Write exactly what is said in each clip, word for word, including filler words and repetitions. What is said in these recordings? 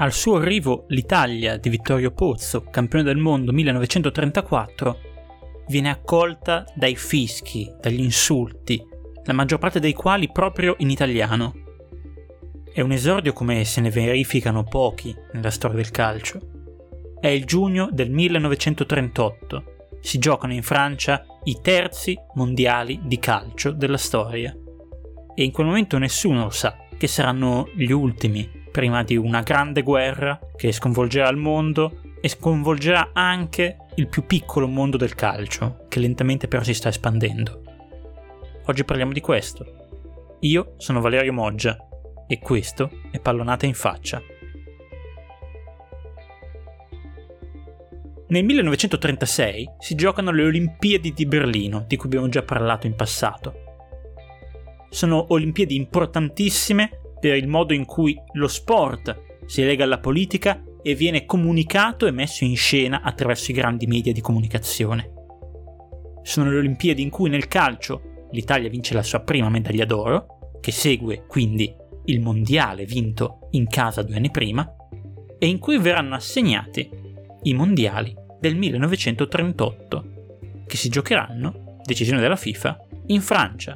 Al suo arrivo l'Italia di Vittorio Pozzo, campione del mondo millenovecentotrentaquattro, viene accolta dai fischi, dagli insulti, la maggior parte dei quali proprio in italiano. È un esordio come se ne verificano pochi nella storia del calcio. È il giugno del millenovecentotrentotto. Si giocano in Francia i terzi mondiali di calcio della storia. E in quel momento nessuno lo sa che saranno gli ultimi, prima di una grande guerra che sconvolgerà il mondo e sconvolgerà anche il più piccolo mondo del calcio, che lentamente però si sta espandendo. Oggi parliamo di questo. Io sono Valerio Moggia e questo è Pallonate in Faccia. Nel millenovecentotrentasei si giocano le Olimpiadi di Berlino, di cui abbiamo già parlato in passato. Sono Olimpiadi importantissime per il modo in cui lo sport si lega alla politica e viene comunicato e messo in scena attraverso i grandi media di comunicazione. Sono le Olimpiadi in cui nel calcio l'Italia vince la sua prima medaglia d'oro, che segue quindi il mondiale vinto in casa due anni prima, e in cui verranno assegnati i mondiali del millenovecentotrentotto, che si giocheranno, decisione della FIFA, in Francia.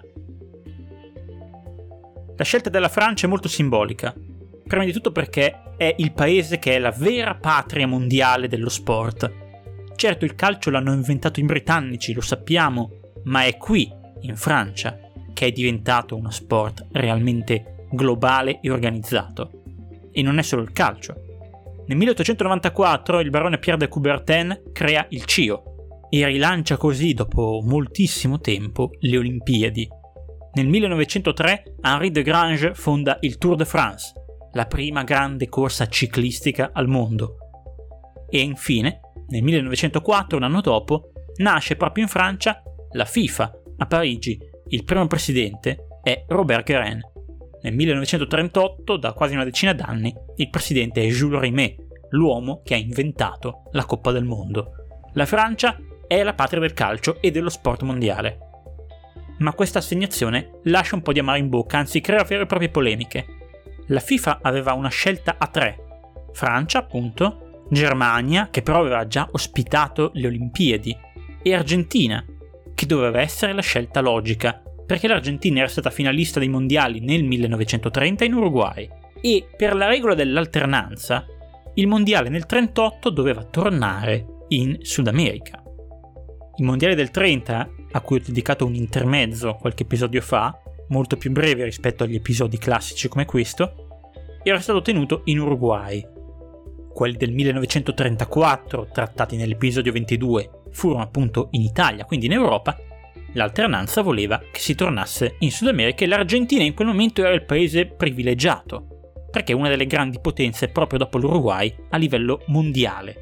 La scelta della Francia è molto simbolica, prima di tutto perché è il paese che è la vera patria mondiale dello sport. Certo, il calcio l'hanno inventato i britannici, lo sappiamo, ma è qui, in Francia, che è diventato uno sport realmente globale e organizzato. E non è solo il calcio. Nel milleottocentonovantaquattro il barone Pierre de Coubertin crea il C I O e rilancia così, dopo moltissimo tempo, le Olimpiadi. Nel millenovecentotre Henri de Grange fonda il Tour de France, la prima grande corsa ciclistica al mondo. E infine, nel millenovecentoquattro, un anno dopo, nasce proprio in Francia la FIFA, a Parigi. Il primo presidente è Robert Guérin. Nel millenovecentotrentotto, da quasi una decina d'anni, il presidente è Jules Rimet, l'uomo che ha inventato la Coppa del Mondo. La Francia è la patria del calcio e dello sport mondiale. Ma questa assegnazione lascia un po' di amaro in bocca, anzi crea vere e proprie polemiche. La FIFA aveva una scelta a tre: Francia, appunto, Germania, che però aveva già ospitato le Olimpiadi, e Argentina, che doveva essere la scelta logica, perché l'Argentina era stata finalista dei mondiali nel millenovecentotrenta in Uruguay, e per la regola dell'alternanza il mondiale nel trentotto doveva tornare in Sud America. Il mondiale del trenta, a cui ho dedicato un intermezzo qualche episodio fa, molto più breve rispetto agli episodi classici come questo, era stato tenuto in Uruguay. Quelli del millenovecentotrentaquattro, trattati nell'episodio ventidue, furono appunto in Italia, quindi in Europa. L'alternanza voleva che si tornasse in Sud America e l'Argentina in quel momento era il paese privilegiato, perché è una delle grandi potenze proprio dopo l'Uruguay a livello mondiale.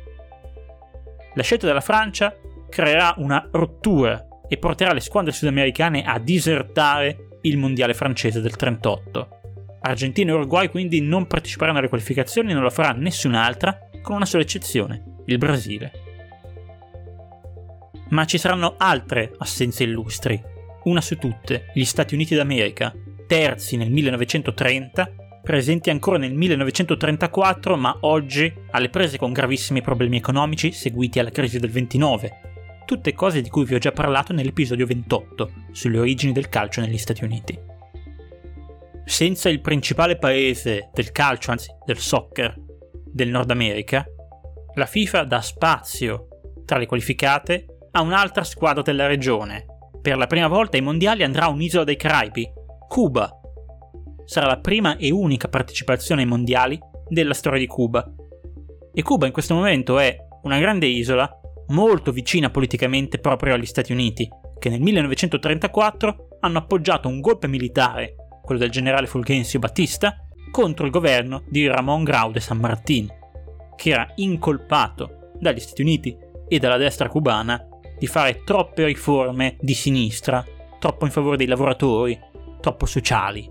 La scelta della Francia creerà una rottura e porterà le squadre sudamericane a disertare il mondiale francese del trentotto. Argentina e Uruguay quindi non parteciperanno alle qualificazioni e non lo farà nessun'altra, con una sola eccezione, il Brasile. Ma ci saranno altre assenze illustri. Una su tutte, gli Stati Uniti d'America, terzi nel millenovecentotrenta, presenti ancora nel millenovecentotrentaquattro, ma oggi alle prese con gravissimi problemi economici seguiti alla crisi del ventinove. Tutte cose di cui vi ho già parlato nell'episodio ventotto, sulle origini del calcio negli Stati Uniti. Senza il principale paese del calcio, anzi del soccer, del Nord America, la FIFA dà spazio tra le qualificate a un'altra squadra della regione. Per la prima volta ai mondiali andrà un'isola dei Caraibi, Cuba. Sarà la prima e unica partecipazione ai mondiali della storia di Cuba. E Cuba in questo momento è una grande isola molto vicina politicamente proprio agli Stati Uniti, che nel millenovecentotrentaquattro hanno appoggiato un golpe militare, quello del generale Fulgencio Batista, contro il governo di Ramón Grau de San Martín, che era incolpato dagli Stati Uniti e dalla destra cubana di fare troppe riforme di sinistra, troppo in favore dei lavoratori, troppo sociali.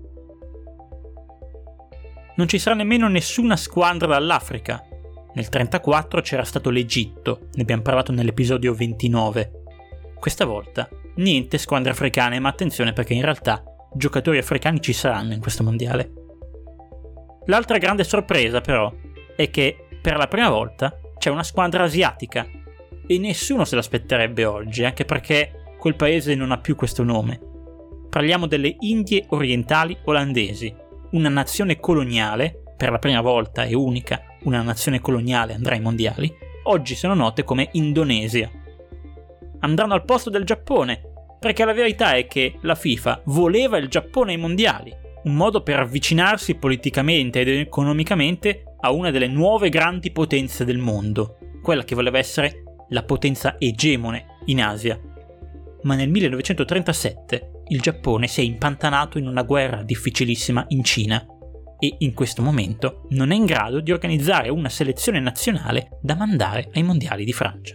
Non ci sarà nemmeno nessuna squadra dall'Africa. Nel trentaquattro c'era stato l'Egitto, ne abbiamo parlato nell'episodio ventinove. Questa volta niente squadre africane, ma attenzione perché in realtà giocatori africani ci saranno in questo mondiale. L'altra grande sorpresa però è che per la prima volta c'è una squadra asiatica e nessuno se l'aspetterebbe oggi, anche perché quel paese non ha più questo nome. Parliamo delle Indie Orientali Olandesi, una nazione coloniale, per la prima volta e unica una nazione coloniale andrà ai mondiali, oggi sono note come Indonesia. Andranno al posto del Giappone, perché la verità è che la FIFA voleva il Giappone ai mondiali, un modo per avvicinarsi politicamente ed economicamente a una delle nuove grandi potenze del mondo, quella che voleva essere la potenza egemone in Asia. Ma nel millenovecentotrentasette il Giappone si è impantanato in una guerra difficilissima in Cina e in questo momento non è in grado di organizzare una selezione nazionale da mandare ai mondiali di Francia.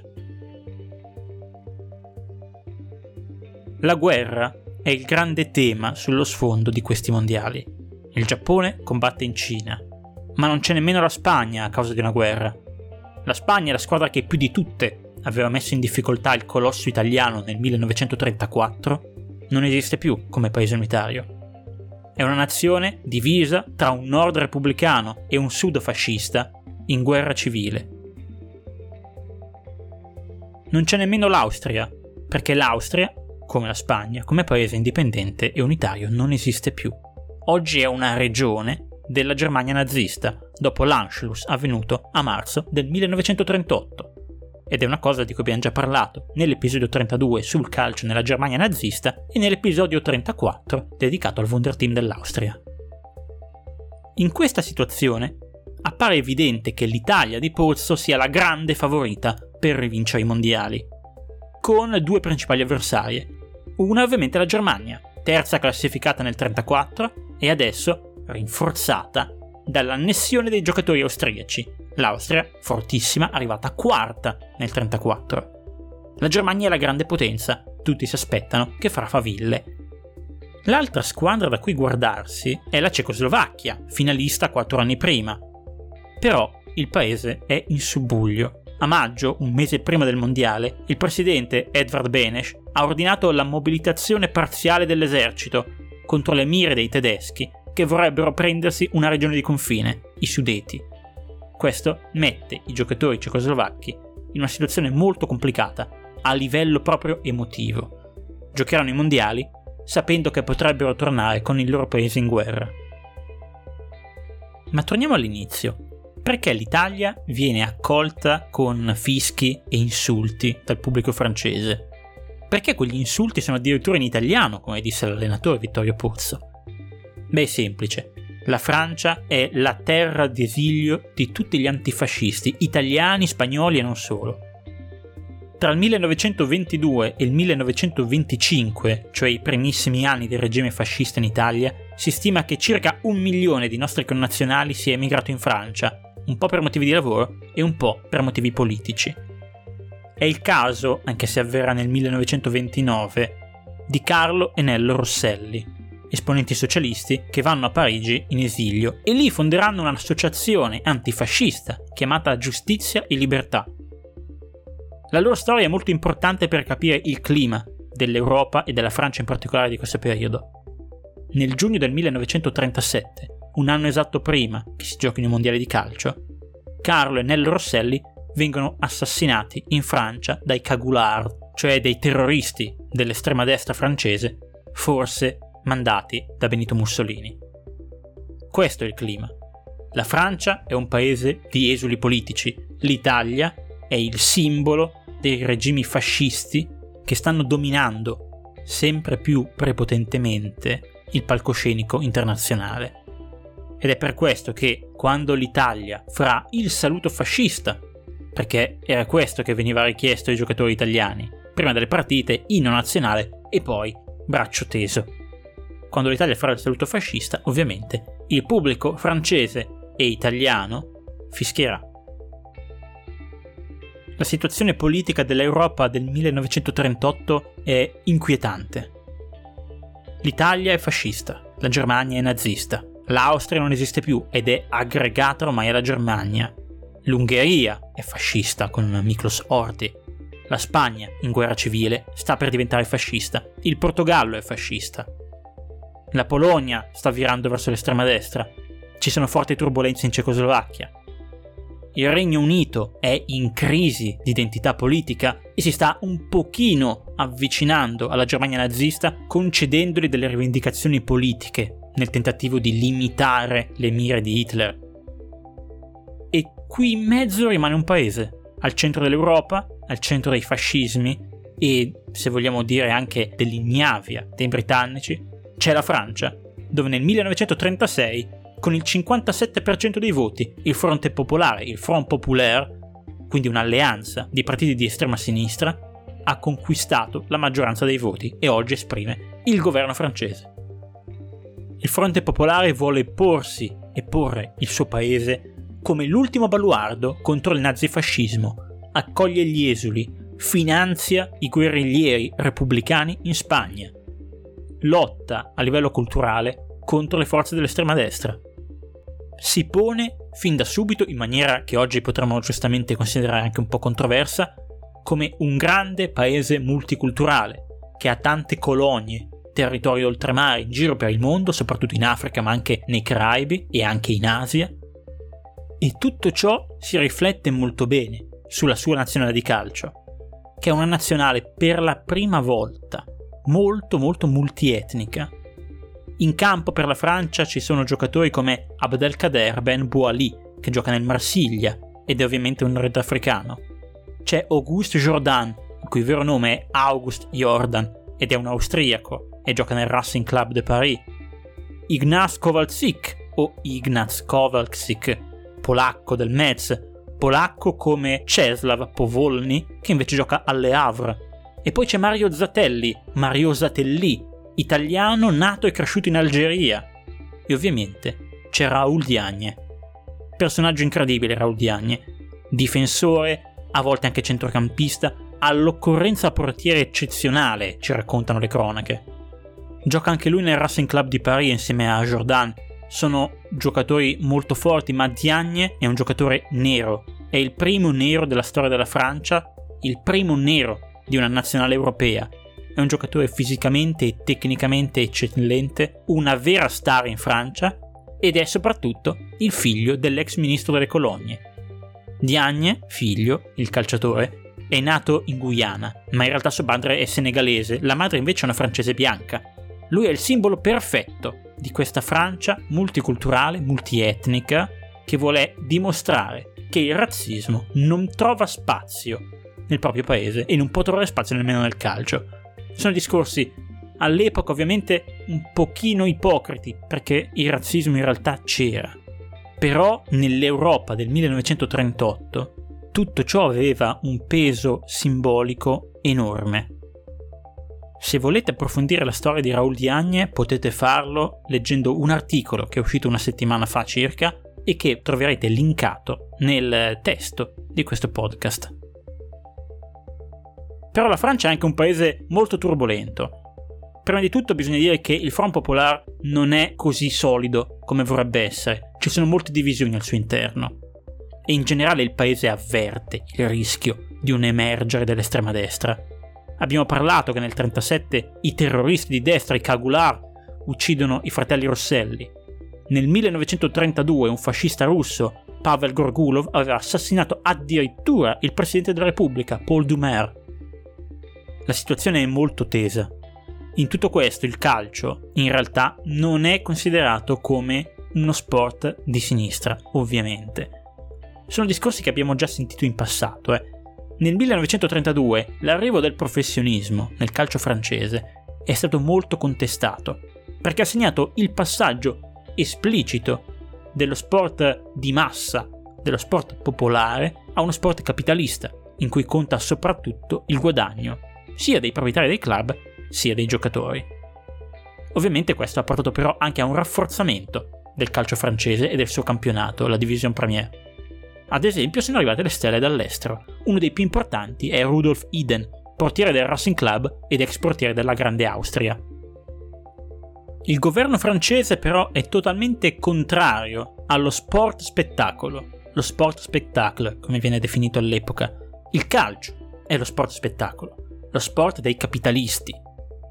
La guerra è il grande tema sullo sfondo di questi mondiali. Il Giappone combatte in Cina, ma non c'è nemmeno la Spagna a causa di una guerra. La Spagna è la squadra che più di tutte aveva messo in difficoltà il colosso italiano nel millenovecentotrentaquattro, non esiste più come paese unitario. È una nazione divisa tra un nord repubblicano e un sud fascista in guerra civile. Non c'è nemmeno l'Austria, perché l'Austria, come la Spagna, come paese indipendente e unitario non esiste più. Oggi è una regione della Germania nazista, dopo l'Anschluss avvenuto a marzo del millenovecentotrentotto. Ed è una cosa di cui abbiamo già parlato nell'episodio trentadue sul calcio nella Germania nazista e nell'episodio trentaquattro dedicato al Wunderteam dell'Austria. In questa situazione appare evidente che l'Italia di Pozzo sia la grande favorita per rivincere i mondiali, con due principali avversarie. Una ovviamente la Germania, terza classificata nel trentaquattro e adesso rinforzata dall'annessione dei giocatori austriaci. L'Austria, fortissima, arrivata quarta nel trentaquattro. La Germania è la grande potenza, tutti si aspettano che farà faville. L'altra squadra da cui guardarsi è la Cecoslovacchia, finalista quattro anni prima. Però il paese è in subbuglio. A maggio, un mese prima del mondiale, il presidente Edvard Beneš ha ordinato la mobilitazione parziale dell'esercito contro le mire dei tedeschi che vorrebbero prendersi una regione di confine, i Sudeti. Questo mette i giocatori cecoslovacchi in una situazione molto complicata a livello proprio emotivo. Giocheranno i mondiali sapendo che potrebbero tornare con il loro paese in guerra. Ma torniamo all'inizio. Perché l'Italia viene accolta con fischi e insulti dal pubblico francese? Perché quegli insulti sono addirittura in italiano, come disse l'allenatore Vittorio Pozzo? Beh, è semplice. La Francia è la terra d'esilio di tutti gli antifascisti, italiani, spagnoli e non solo. Tra il millenovecentoventidue e il millenovecentoventicinque, cioè i primissimi anni del regime fascista in Italia, si stima che circa un milione di nostri connazionali sia emigrato in Francia, un po' per motivi di lavoro e un po' per motivi politici. È il caso, anche se avverrà nel millenovecentoventinove, di Carlo e Nello Rosselli, esponenti socialisti che vanno a Parigi in esilio e lì fonderanno un'associazione antifascista chiamata Giustizia e Libertà. La loro storia è molto importante per capire il clima dell'Europa e della Francia in particolare di questo periodo. Nel giugno del millenovecentotrentasette, un anno esatto prima che si giochino i mondiali di calcio, Carlo e Nello Rosselli vengono assassinati in Francia dai cagoulard, cioè dei terroristi dell'estrema destra francese, forse mandati da Benito Mussolini. Questo è il clima. La Francia è un paese di esuli politici, l'Italia è il simbolo dei regimi fascisti che stanno dominando sempre più prepotentemente il palcoscenico internazionale. Ed è per questo che quando l'Italia farà il saluto fascista, perché era questo che veniva richiesto ai giocatori italiani, prima delle partite, inno nazionale e poi braccio teso. Quando l'Italia farà il saluto fascista, ovviamente, il pubblico francese e italiano fischierà. La situazione politica dell'Europa del millenovecentotrentotto è inquietante. L'Italia è fascista, la Germania è nazista, l'Austria non esiste più ed è aggregata ormai alla Germania. L'Ungheria è fascista con Miklos Horthy. La Spagna, in guerra civile, sta per diventare fascista. Il Portogallo è fascista. La Polonia sta virando verso l'estrema destra. ci sono forti turbolenze in Cecoslovacchia. Il Regno Unito è in crisi di identità politica e si sta un pochino avvicinando alla Germania nazista, concedendogli delle rivendicazioni politiche nel tentativo di limitare le mire di Hitler. E qui in mezzo rimane un paese, al centro dell'Europa, al centro dei fascismi e, se vogliamo dire anche dell'ignavia dei britannici, c'è la Francia, dove nel millenovecentotrentasei, con il cinquantasette per cento dei voti, il Fronte Popolare, il Front Populaire, quindi un'alleanza di partiti di estrema sinistra, ha conquistato la maggioranza dei voti e oggi esprime il governo francese. Il Fronte Popolare vuole porsi e porre il suo paese come l'ultimo baluardo contro il nazifascismo, accoglie gli esuli, finanzia i guerriglieri repubblicani in Spagna, lotta a livello culturale contro le forze dell'estrema destra. Si pone fin da subito, in maniera che oggi potremmo giustamente considerare anche un po' controversa, come un grande paese multiculturale, che ha tante colonie, territori oltremare in giro per il mondo, soprattutto in Africa ma anche nei Caraibi e anche in Asia. E tutto ciò si riflette molto bene sulla sua nazionale di calcio, che è una nazionale per la prima volta molto molto multietnica. In campo per la Francia ci sono giocatori come Abdelkader Ben Bouali, che gioca nel Marsiglia ed è ovviamente un nordafricano. C'è Auguste Jordan, il cui vero nome è August Jordan ed è un austriaco e gioca nel Racing Club de Paris. Ignaz Kowalczyk o Ignaz Kowalczyk, polacco del Metz, polacco come Czesław Powolny, che invece gioca alle Havre. E poi c'è Mario Zatelli, Mario Zatelli, italiano nato e cresciuto in Algeria. E ovviamente c'è Raúl Diagne. Personaggio incredibile Raúl Diagne, difensore, a volte anche centrocampista, all'occorrenza portiere eccezionale, ci raccontano le cronache. Gioca anche lui nel Racing Club di Paris insieme a Jordan. Sono giocatori molto forti, ma Diagne è un giocatore nero, è il primo nero della storia della Francia, il primo nero di una nazionale europea. È un giocatore fisicamente e tecnicamente eccellente, una vera star in Francia ed è soprattutto il figlio dell'ex ministro delle colonie. Diagne, figlio, il calciatore, è nato in Guyana, ma in realtà suo padre è senegalese, la madre invece è una francese bianca. Lui è il simbolo perfetto di questa Francia multiculturale, multietnica, che vuole dimostrare che il razzismo non trova spazio nel proprio paese e non può trovare spazio nemmeno nel calcio. Sono discorsi all'epoca ovviamente un pochino ipocriti, perché il razzismo in realtà c'era. Però nell'Europa del millenovecentotrentotto tutto ciò aveva un peso simbolico enorme. Se volete approfondire la storia di Raúl Diagne potete farlo leggendo un articolo che è uscito una settimana fa circa e che troverete linkato nel testo di questo podcast. Però la Francia è anche un paese molto turbolento. Prima di tutto bisogna dire che il Front Populaire non è così solido come vorrebbe essere, ci sono molte divisioni al suo interno e in generale il paese avverte il rischio di un emergere dell'estrema destra. Abbiamo parlato che nel trentasette i terroristi di destra, i Cagoulard, uccidono i fratelli Rosselli. Nel millenovecentotrentadue un fascista russo, Pavel Gorgulov, aveva assassinato addirittura il presidente della Repubblica, Paul Doumer. La situazione è molto tesa. In tutto questo il calcio in realtà non è considerato come uno sport di sinistra, ovviamente. Sono discorsi che abbiamo già sentito in passato. Eh. Nel millenovecentotrentadue l'arrivo del professionismo nel calcio francese è stato molto contestato, perché ha segnato il passaggio esplicito dello sport di massa, dello sport popolare, a uno sport capitalista, in cui conta soprattutto il guadagno, sia dei proprietari dei club, sia dei giocatori. Ovviamente questo ha portato però anche a un rafforzamento del calcio francese e del suo campionato, la Division Première. Ad esempio sono arrivate le stelle dall'estero. Uno dei più importanti è Rudolf Iden, portiere del Racing Club ed ex portiere della Grande Austria. Il governo francese però è totalmente contrario allo sport spettacolo, lo sport spectacle come viene definito all'epoca. Il calcio è lo sport spettacolo, lo sport dei capitalisti.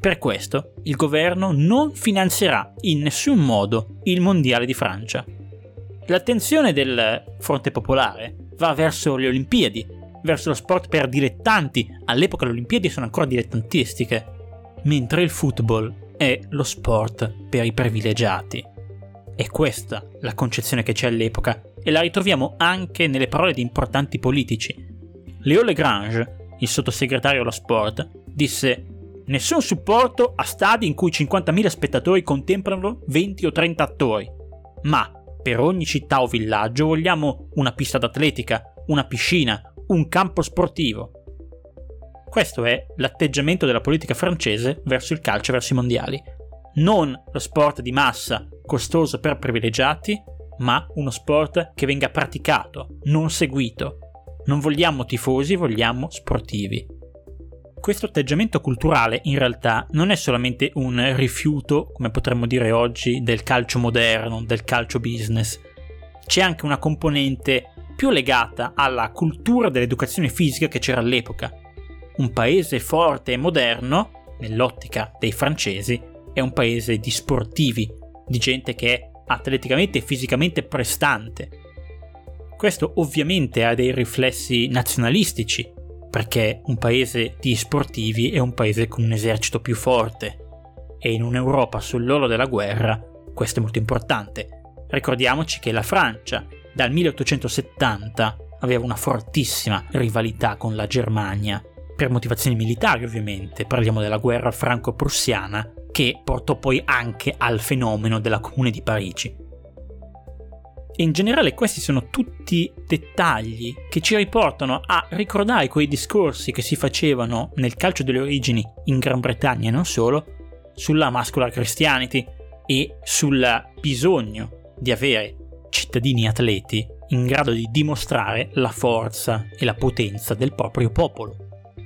Per questo il governo non finanzierà in nessun modo il Mondiale di Francia. L'attenzione del Fronte Popolare va verso le Olimpiadi, verso lo sport per dilettanti. All'epoca le Olimpiadi sono ancora dilettantistiche, mentre il football è lo sport per i privilegiati. È questa la concezione che c'è all'epoca e la ritroviamo anche nelle parole di importanti politici. Léo Lagrange, il sottosegretario allo sport, disse: nessun supporto a stadi in cui cinquantamila spettatori contemplano venti o trenta attori, ma per ogni città o villaggio vogliamo una pista d'atletica, una piscina, un campo sportivo. Questo è l'atteggiamento della politica francese verso il calcio e verso i mondiali. Non lo sport di massa, costoso per privilegiati, ma uno sport che venga praticato, non seguito. Non vogliamo tifosi, vogliamo sportivi. Questo atteggiamento culturale in realtà non è solamente un rifiuto, come potremmo dire oggi, del calcio moderno, del calcio business. C'è anche una componente più legata alla cultura dell'educazione fisica che c'era all'epoca. Un paese forte e moderno, nell'ottica dei francesi, è un paese di sportivi, di gente che è atleticamente e fisicamente prestante. Questo ovviamente ha dei riflessi nazionalistici, perché un paese di sportivi è un paese con un esercito più forte, e in un'Europa sull'orlo della guerra questo è molto importante. Ricordiamoci che la Francia dal milleottocentosettanta aveva una fortissima rivalità con la Germania, per motivazioni militari ovviamente. Parliamo della guerra franco-prussiana, che portò poi anche al fenomeno della Comune di Parigi. E in generale questi sono tutti dettagli che ci riportano a ricordare quei discorsi che si facevano nel calcio delle origini in Gran Bretagna e non solo, sulla muscular Christianity e sul bisogno di avere cittadini atleti in grado di dimostrare la forza e la potenza del proprio popolo.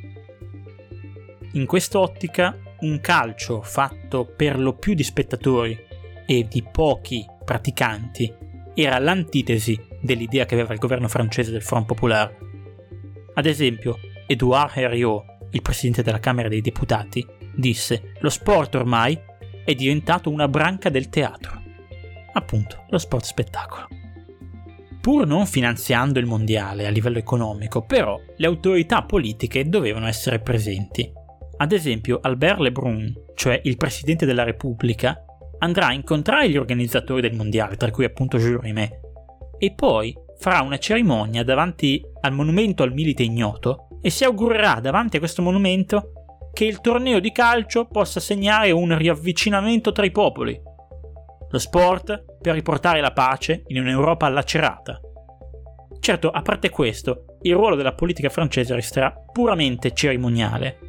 In quest'ottica, un calcio fatto per lo più di spettatori e di pochi praticanti era l'antitesi dell'idea che aveva il governo francese del Front Populaire. Ad esempio, Édouard Herriot, il presidente della Camera dei Deputati, disse: lo sport ormai è diventato una branca del teatro. Appunto, lo sport spettacolo. Pur non finanziando il mondiale a livello economico, però le autorità politiche dovevano essere presenti. Ad esempio, Albert Lebrun, cioè il presidente della Repubblica, andrà a incontrare gli organizzatori del mondiale, tra cui appunto Jules Rimet, e poi farà una cerimonia davanti al monumento al milite ignoto e si augurerà davanti a questo monumento che il torneo di calcio possa segnare un riavvicinamento tra i popoli. Lo sport per riportare la pace in un'Europa lacerata. Certo, a parte questo, il ruolo della politica francese resterà puramente cerimoniale.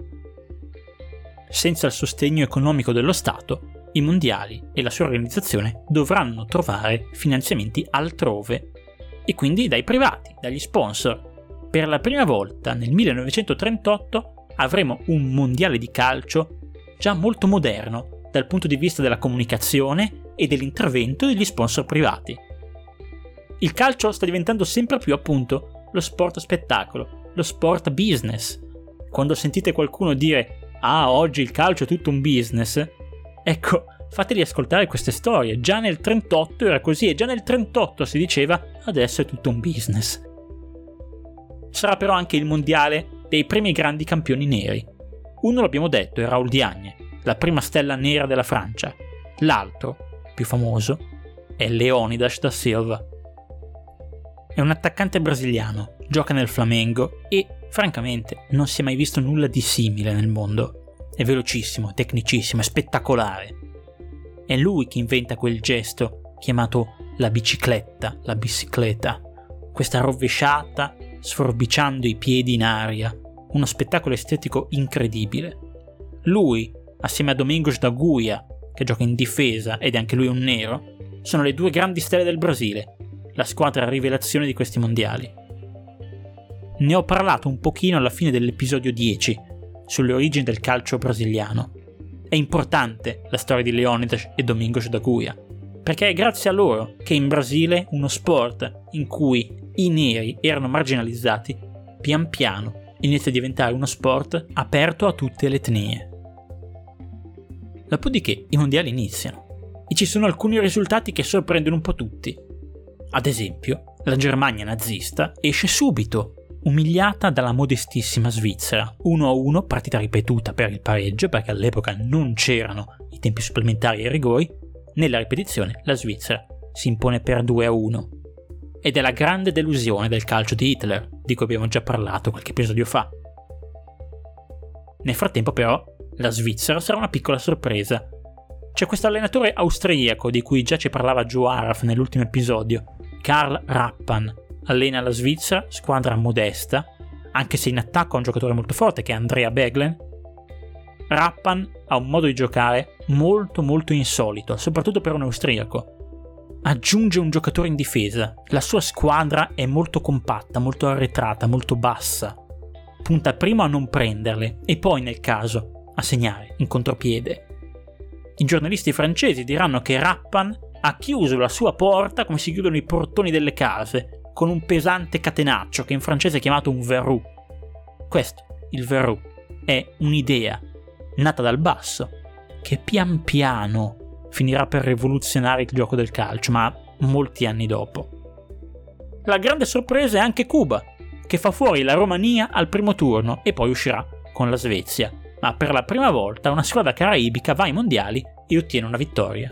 Senza il sostegno economico dello Stato, i mondiali e la sua organizzazione dovranno trovare finanziamenti altrove, e quindi dai privati, dagli sponsor. Per la prima volta nel millenovecentotrentotto avremo un mondiale di calcio già molto moderno dal punto di vista della comunicazione e dell'intervento degli sponsor privati. Il calcio sta diventando sempre più appunto lo sport spettacolo, lo sport business. Quando sentite qualcuno dire «Ah, oggi il calcio è tutto un business», ecco, fateli ascoltare queste storie. Già nel trentotto era così, e già nel trentotto si diceva «adesso è tutto un business». Sarà però anche il mondiale dei primi grandi campioni neri. Uno, l'abbiamo detto, è Raoul Diagne, la prima stella nera della Francia. L'altro, più famoso, è Leonidas da Silva. È un attaccante brasiliano, gioca nel Flamengo e, francamente, non si è mai visto nulla di simile nel mondo. È velocissimo, è tecnicissimo, è spettacolare. È lui che inventa quel gesto chiamato la bicicletta, la bicicletta, questa rovesciata sforbiciando i piedi in aria, uno spettacolo estetico incredibile. Lui, assieme a Domingos da Guia, che gioca in difesa ed è anche lui un nero, sono le due grandi stelle del Brasile, la squadra rivelazione di questi mondiali. Ne ho parlato un pochino alla fine dell'episodio dieci, sulle origini del calcio brasiliano. È importante la storia di Leonidas e Domingos da Guia, perché è grazie a loro che in Brasile uno sport in cui i neri erano marginalizzati, pian piano inizia a diventare uno sport aperto a tutte le etnie. Dopodiché i mondiali iniziano e ci sono alcuni risultati che sorprendono un po' tutti. Ad esempio, la Germania nazista esce subito, umiliata dalla modestissima Svizzera. uno a uno, partita ripetuta per il pareggio, perché all'epoca non c'erano i tempi supplementari e i rigori. Nella ripetizione la Svizzera si impone per due a uno. Ed è la grande delusione del calcio di Hitler, di cui abbiamo già parlato qualche episodio fa. Nel frattempo però la Svizzera sarà una piccola sorpresa. C'è questo allenatore austriaco di cui già ci parlava Joe Araf nell'ultimo episodio, Karl Rappan. Allena la Svizzera, squadra modesta, anche se in attacco ha un giocatore molto forte che è Andrea Beglen. Rappan ha un modo di giocare molto molto insolito, soprattutto per un austriaco. Aggiunge un giocatore in difesa, la sua squadra è molto compatta, molto arretrata, molto bassa. Punta prima a non prenderle e poi, nel caso, a segnare in contropiede. I giornalisti francesi diranno che Rappan ha chiuso la sua porta come si chiudono i portoni delle case, con un pesante catenaccio che in francese è chiamato un verrou. Questo, il verrou, è un'idea nata dal basso che pian piano finirà per rivoluzionare il gioco del calcio, ma molti anni dopo. La grande sorpresa è anche Cuba, che fa fuori la Romania al primo turno e poi uscirà con la Svezia, ma per la prima volta una squadra caraibica va ai mondiali e ottiene una vittoria.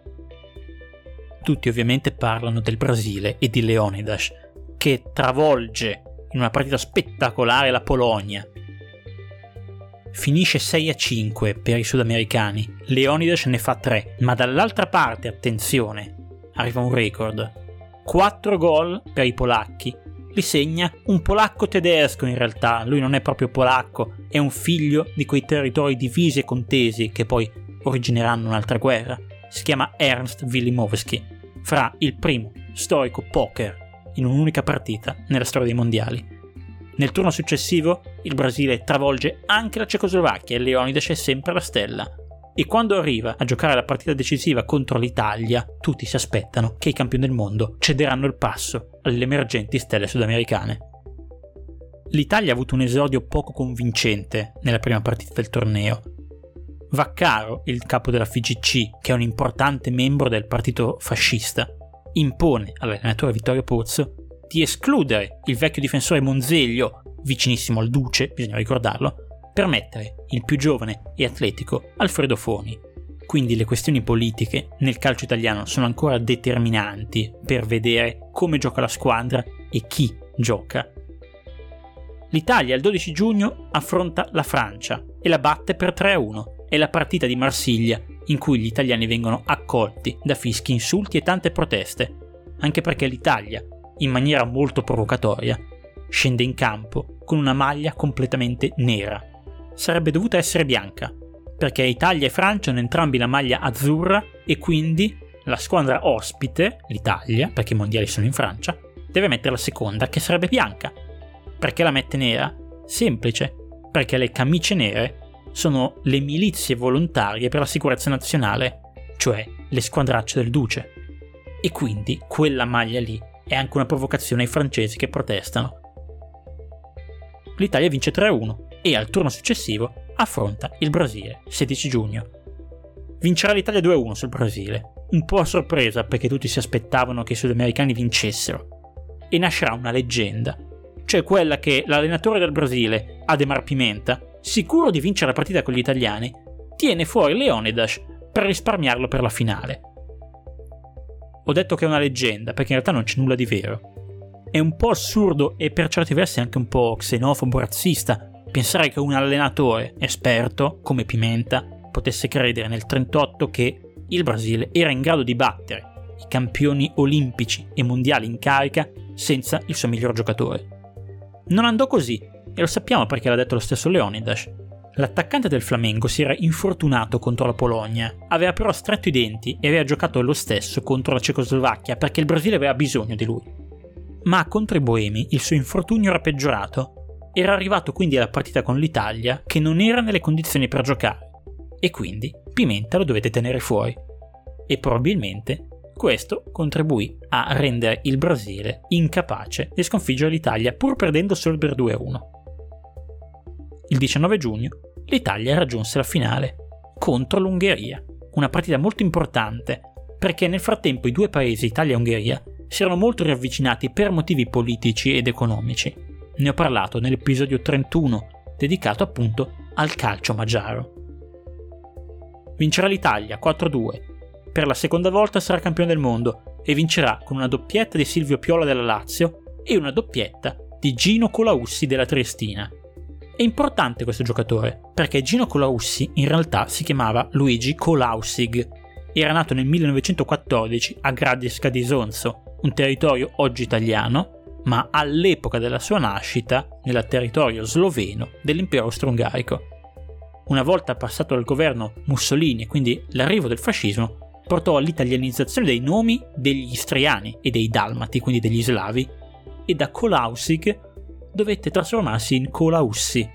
Tutti ovviamente parlano del Brasile e di Leonidas, che travolge in una partita spettacolare la Polonia. Finisce sei a cinque per i sudamericani, Leonidas ne fa tre, ma dall'altra parte, attenzione, arriva un record. quattro gol per i polacchi, li segna un polacco tedesco in realtà, lui non è proprio polacco, è un figlio di quei territori divisi e contesi che poi origineranno un'altra guerra. Si chiama Ernst Wilimowski, farà il primo storico poker in un'unica partita nella storia dei mondiali. Nel turno successivo il Brasile travolge anche la Cecoslovacchia e Leonidas è sempre la stella. E quando arriva a giocare la partita decisiva contro l'Italia, tutti si aspettano che i campioni del mondo cederanno il passo alle emergenti stelle sudamericane. L'Italia ha avuto un esordio poco convincente nella prima partita del torneo. Vaccaro, il capo della F I G C, che è un importante membro del partito fascista, impone all'allenatore Vittorio Pozzo di escludere il vecchio difensore Monzeglio, vicinissimo al Duce, bisogna ricordarlo, per mettere il più giovane e atletico Alfredo Foni. Quindi le questioni politiche nel calcio italiano sono ancora determinanti per vedere come gioca la squadra e chi gioca. L'Italia il dodici giugno affronta la Francia e la batte per tre a uno. È la partita di Marsiglia in cui gli italiani vengono accolti da fischi, insulti e tante proteste, anche perché l'Italia, in maniera molto provocatoria, scende in campo con una maglia completamente nera. Sarebbe dovuta essere bianca, perché Italia e Francia hanno entrambi la maglia azzurra e quindi la squadra ospite, l'Italia, perché i mondiali sono in Francia, deve mettere la seconda, che sarebbe bianca. Perché la mette nera? Semplice, perché le camicie nere sono le milizie volontarie per la sicurezza nazionale, cioè le squadracce del Duce. E quindi quella maglia lì è anche una provocazione ai francesi che protestano. L'Italia vince tre a uno e al turno successivo affronta il Brasile, sedici giugno. Vincerà l'Italia due a uno sul Brasile, un po' a sorpresa perché tutti si aspettavano che i sudamericani vincessero. E nascerà una leggenda, cioè quella che l'allenatore del Brasile, Ademar Pimenta, sicuro di vincere la partita con gli italiani, tiene fuori Leonidas per risparmiarlo per la finale. Ho detto che è una leggenda perché in realtà non c'è nulla di vero. È un po' assurdo e per certi versi anche un po' xenofobo, razzista pensare che un allenatore esperto come Pimenta potesse credere nel trentotto che il Brasile era in grado di battere i campioni olimpici e mondiali in carica senza il suo miglior giocatore. Non andò così, e lo sappiamo perché l'ha detto lo stesso Leonidas. L'attaccante del Flamengo si era infortunato contro la Polonia, aveva però stretto i denti e aveva giocato lo stesso contro la Cecoslovacchia perché il Brasile aveva bisogno di lui. Ma contro i boemi il suo infortunio era peggiorato, era arrivato quindi alla partita con l'Italia che non era nelle condizioni per giocare, e quindi Pimenta lo dovette tenere fuori. E probabilmente questo contribuì a rendere il Brasile incapace di sconfiggere l'Italia pur perdendo solo per due a uno. Il diciannove giugno l'Italia raggiunse la finale, contro l'Ungheria. Una partita molto importante, perché nel frattempo i due paesi, Italia e Ungheria, si erano molto riavvicinati per motivi politici ed economici. Ne ho parlato nell'episodio trentuno, dedicato appunto al calcio magiaro. Vincerà l'Italia quattro a due. Per la seconda volta sarà campione del mondo e vincerà con una doppietta di Silvio Piola della Lazio e una doppietta di Gino Colaussi della Triestina. È importante questo giocatore, perché Gino Colaussi in realtà si chiamava Luigi Colaussig. Era nato nel millenovecentoquattordici a Gradisca di Sonzo, un territorio oggi italiano, ma all'epoca della sua nascita nel territorio sloveno dell'impero austro-ungarico. Una volta passato al governo Mussolini e quindi l'arrivo del fascismo, portò all'italianizzazione dei nomi degli istriani e dei dalmati, quindi degli slavi, e da Colaussig dovette trasformarsi in Colaussi.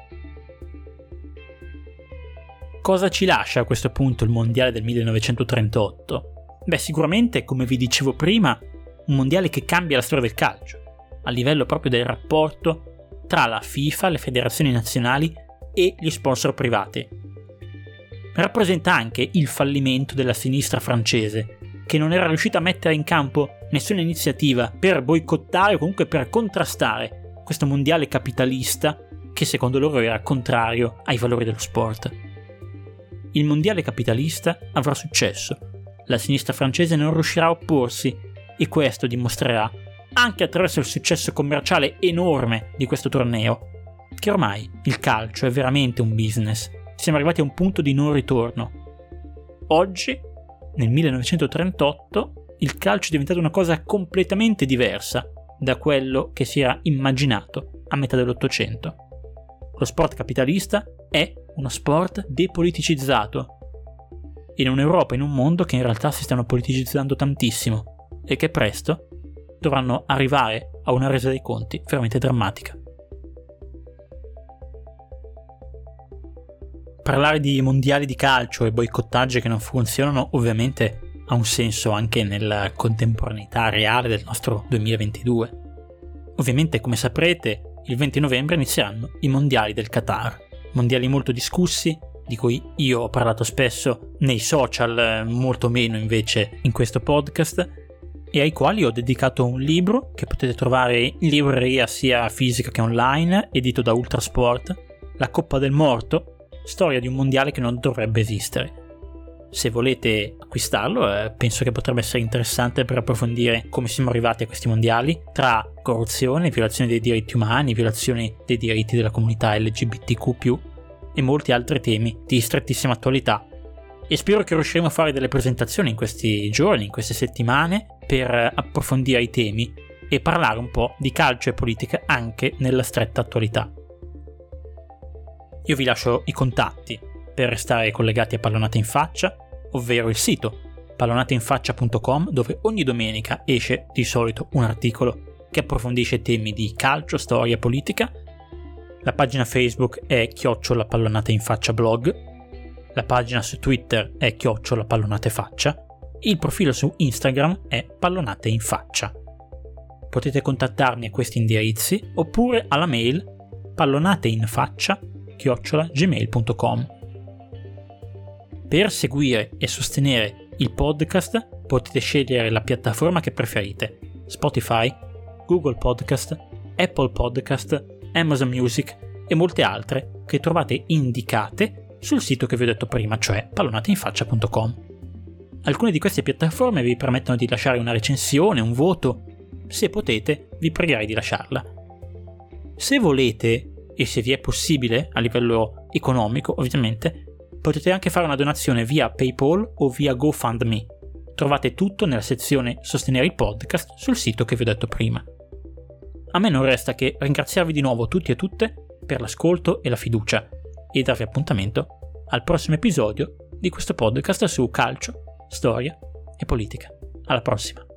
Cosa ci lascia a questo punto il mondiale del millenovecentotrentotto? Beh, sicuramente, come vi dicevo prima, un mondiale che cambia la storia del calcio, a livello proprio del rapporto tra la FIFA, le federazioni nazionali e gli sponsor privati. Rappresenta anche il fallimento della sinistra francese, che non era riuscita a mettere in campo nessuna iniziativa per boicottare o comunque per contrastare questo mondiale capitalista che secondo loro era contrario ai valori dello sport. Il mondiale capitalista avrà successo, la sinistra francese non riuscirà a opporsi e questo dimostrerà, anche attraverso il successo commerciale enorme di questo torneo, che ormai il calcio è veramente un business. Siamo arrivati a un punto di non ritorno. Oggi, nel millenovecentotrentotto, il calcio è diventato una cosa completamente diversa da quello che si era immaginato a metà dell'Ottocento. Lo sport capitalista è uno sport depoliticizzato, in un'Europa e in un mondo che in realtà si stanno politicizzando tantissimo e che presto dovranno arrivare a una resa dei conti veramente drammatica. Parlare di mondiali di calcio e boicottaggi che non funzionano ovviamente ha un senso anche nella contemporaneità reale del nostro duemilaventidue. Ovviamente, come saprete, il venti novembre inizieranno i mondiali del Qatar, mondiali molto discussi, di cui io ho parlato spesso nei social, molto meno invece in questo podcast, e ai quali ho dedicato un libro che potete trovare in libreria sia fisica che online, edito da Ultrasport, La Coppa del Morto, storia di un mondiale che non dovrebbe esistere. Se volete acquistarlo, eh, penso che potrebbe essere interessante per approfondire come siamo arrivati a questi mondiali, tra corruzione, violazione dei diritti umani, violazioni dei diritti della comunità L G B T Q più, e molti altri temi di strettissima attualità. E spero che riusciremo a fare delle presentazioni in questi giorni, in queste settimane, per approfondire i temi e parlare un po' di calcio e politica anche nella stretta attualità. Io vi lascio i contatti per restare collegati a Pallonate in Faccia, ovvero il sito pallonateinfaccia punto com, dove ogni domenica esce di solito un articolo che approfondisce temi di calcio, storia e politica. La pagina Facebook è chiocciola Pallonate in Faccia blog, la pagina su Twitter è chiocciola Pallonate Faccia, il profilo su Instagram è Pallonate in Faccia. Potete contattarmi a questi indirizzi oppure alla mail pallonateinfaccia chiocciola gmail punto com. Per seguire e sostenere il podcast potete scegliere la piattaforma che preferite: Spotify, Google Podcast, Apple Podcast, Amazon Music e molte altre che trovate indicate sul sito che vi ho detto prima, cioè pallonateinfaccia punto com. Alcune di queste piattaforme vi permettono di lasciare una recensione, un voto. Se potete, vi pregherei di lasciarla. Se volete, e se vi è possibile a livello economico ovviamente, potete anche fare una donazione via PayPal o via GoFundMe. Trovate tutto nella sezione Sostenere il podcast sul sito che vi ho detto prima. A me non resta che ringraziarvi di nuovo tutti e tutte per l'ascolto e la fiducia e darvi appuntamento al prossimo episodio di questo podcast su calcio, storia e politica. Alla prossima!